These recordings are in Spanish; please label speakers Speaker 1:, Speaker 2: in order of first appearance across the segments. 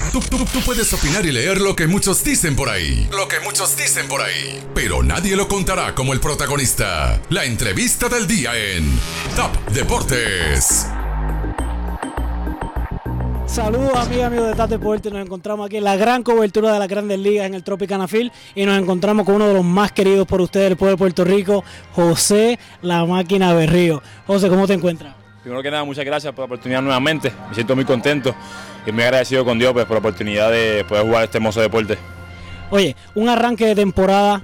Speaker 1: Tú puedes opinar y leer lo que muchos dicen por ahí. Pero nadie lo contará como el protagonista. La entrevista del día en Top Deportes.
Speaker 2: Saludos amigos de TAP Deportes, nos encontramos aquí en la gran cobertura de las Grandes Ligas en el Tropicana Field y nos encontramos con uno de los más queridos por ustedes del pueblo de Puerto Rico, José La Máquina Berrío. José, ¿cómo te encuentras?
Speaker 3: Primero que nada, muchas gracias por la oportunidad nuevamente, me siento muy contento y muy agradecido con Dios pues, por la oportunidad de poder jugar este hermoso deporte.
Speaker 2: Oye, un arranque de temporada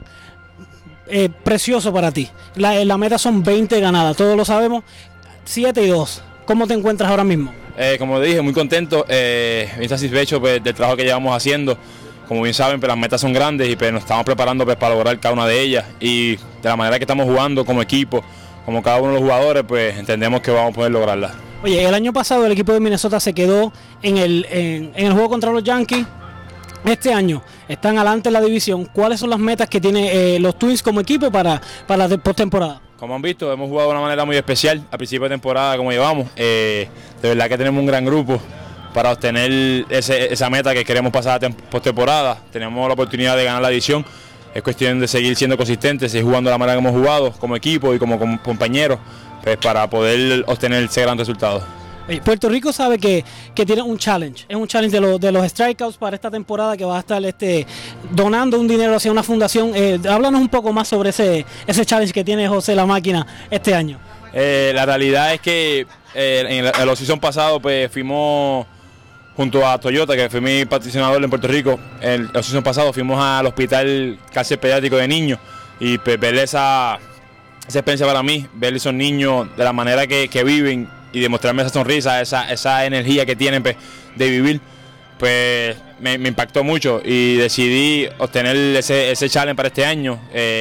Speaker 2: precioso para ti, la meta son 20 ganadas, todos lo sabemos, 7-2, ¿cómo te encuentras ahora mismo?
Speaker 3: Como dije, muy contento, bien satisfecho pues, del trabajo que llevamos haciendo. Como bien saben, pues, las metas son grandes y pues, nos estamos preparando pues, para lograr cada una de ellas. Y de la manera que estamos jugando como equipo, como cada uno de los jugadores, pues entendemos que vamos a poder lograrla.
Speaker 2: Oye, el año pasado el equipo de Minnesota se quedó en el juego contra los Yankees. Este año están adelante en la división. ¿Cuáles son las metas que tienen los Twins como equipo para la postemporada?
Speaker 3: Como han visto, hemos jugado de una manera muy especial a principio de temporada como llevamos. De verdad que tenemos un gran grupo para obtener esa meta que queremos pasar a postemporada. Tenemos la oportunidad de ganar la división. Es cuestión de seguir siendo consistentes, seguir jugando de la manera que hemos jugado como equipo y como compañeros pues, para poder obtener ese gran resultado.
Speaker 2: Puerto Rico sabe que tiene un challenge, es un challenge de los strikeouts para esta temporada que va a estar donando un dinero hacia una fundación. Háblanos un poco más sobre ese challenge que tiene José La Máquina este año.
Speaker 3: La realidad es que en el off-season pasado pues, fuimos junto a Toyota, que fue mi patrocinador en Puerto Rico. El off-season pasado fuimos al hospital cáncer pediátrico de niños y pues, ver esa experiencia para mí, ver esos niños de la manera que viven y demostrarme esa sonrisa, esa energía que tienen pues, de vivir, pues me impactó mucho y decidí obtener ese challenge para este año,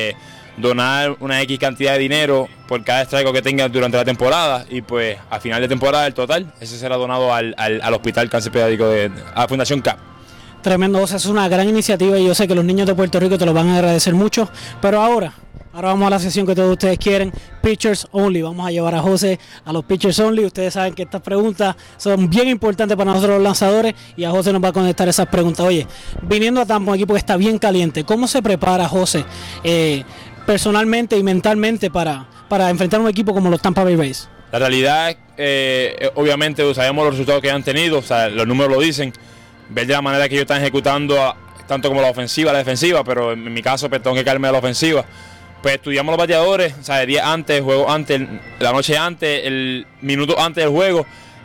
Speaker 3: donar una X cantidad de dinero por cada strike que tenga durante la temporada y pues a final de temporada el total, ese será donado al Hospital Cáncer Pediátrico a la Fundación CAP.
Speaker 2: Tremendo, o sea, es una gran iniciativa y yo sé que los niños de Puerto Rico te lo van a agradecer mucho, pero ahora vamos a la sesión que todos ustedes quieren, Pitchers Only. Vamos a llevar a José a los Pitchers Only. Ustedes saben que estas preguntas son bien importantes para nosotros los lanzadores y a José nos va a contestar esas preguntas. Oye, viniendo a Tampa, un equipo que está bien caliente, ¿cómo se prepara José personalmente y mentalmente para enfrentar un equipo como los Tampa Bay Rays?
Speaker 3: La realidad es, obviamente, sabemos los resultados que han tenido, o sea, los números lo dicen, ver de la manera que ellos están ejecutando tanto como la ofensiva, la defensiva, pero en mi caso pues, tengo que caerme de la ofensiva. Pues estudiamos los bateadores, o sea, el día antes, el juego antes, la noche antes, el minuto antes del juego.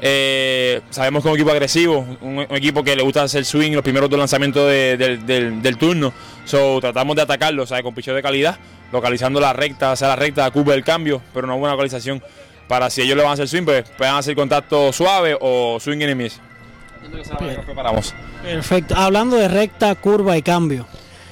Speaker 3: Sabemos que es un equipo agresivo, un equipo que le gusta hacer swing los primeros dos lanzamientos del turno. So, tratamos de atacarlo, o sea, con picheo de calidad, localizando la recta, hacia la recta, la curva del cambio, pero una buena localización para si ellos le van a hacer swing, pues puedan hacer contacto suave o swing and miss. Nos preparamos.
Speaker 2: Perfecto. Hablando de recta, curva y cambio.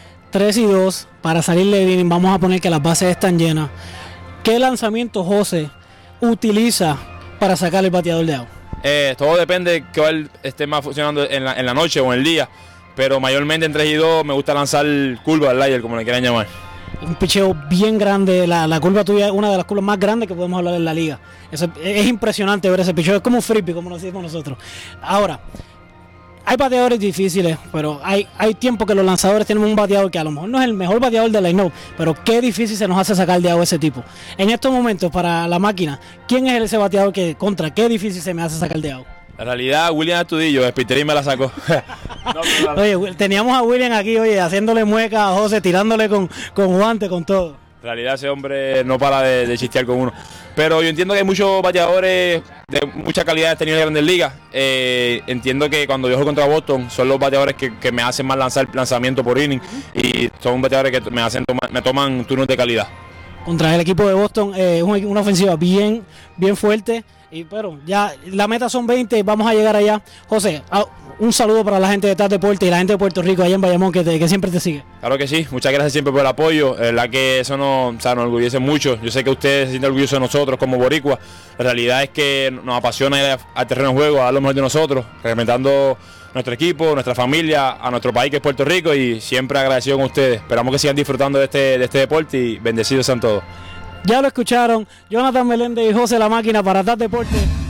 Speaker 2: 3-2 para salir de inning, vamos a poner que las bases están llenas. ¿Qué lanzamiento José utiliza para sacar el bateador de out?
Speaker 3: Todo depende de cuál esté más funcionando en la noche o en el día, pero mayormente en 3-2 me gusta lanzar curva al slider, como le quieran llamar.
Speaker 2: Un picheo bien grande, la curva tuya es una de las curvas más grandes que podemos hablar en la liga. Es impresionante ver ese picheo, es como un frisbee, como lo decimos nosotros. Ahora, hay bateadores difíciles, pero hay tiempo que los lanzadores tienen un bateador que a lo mejor no es el mejor bateador de line-up, pero qué difícil se nos hace sacar de out ese tipo. En estos momentos, para La Máquina, ¿quién es ese bateador que qué difícil se me hace sacar de out?
Speaker 3: La realidad, William Astudillo, Spiteri me la sacó.
Speaker 2: Oye, teníamos a William aquí, haciéndole mueca a José, tirándole con guante, con todo.
Speaker 3: En realidad ese hombre no para de chistear con uno. Pero yo entiendo que hay muchos bateadores de mucha calidad este nivel de Grandes Ligas. Entiendo que cuando yo juego contra Boston son los bateadores que me hacen más lanzamiento por inning y son bateadores que me toman turnos de calidad.
Speaker 2: Contra el equipo de Boston es una ofensiva bien fuerte. Pero ya la meta son 20, vamos a llegar allá. José, un saludo para la gente de TAP Deportes y la gente de Puerto Rico allá en Bayamón que siempre te sigue.
Speaker 3: Claro que sí, muchas gracias siempre por el apoyo, la verdad que eso nos orgullece mucho. Yo sé que ustedes se sienten orgullosos de nosotros como boricuas. La realidad es que nos apasiona ir al terreno de juego a dar lo mejor de nosotros, representando nuestro equipo, nuestra familia, a nuestro país que es Puerto Rico, y siempre agradecido con ustedes. Esperamos que sigan disfrutando de este deporte y bendecidos sean todos.
Speaker 2: Ya lo escucharon, Jonathan Meléndez y José La Máquina para TAP Deportes.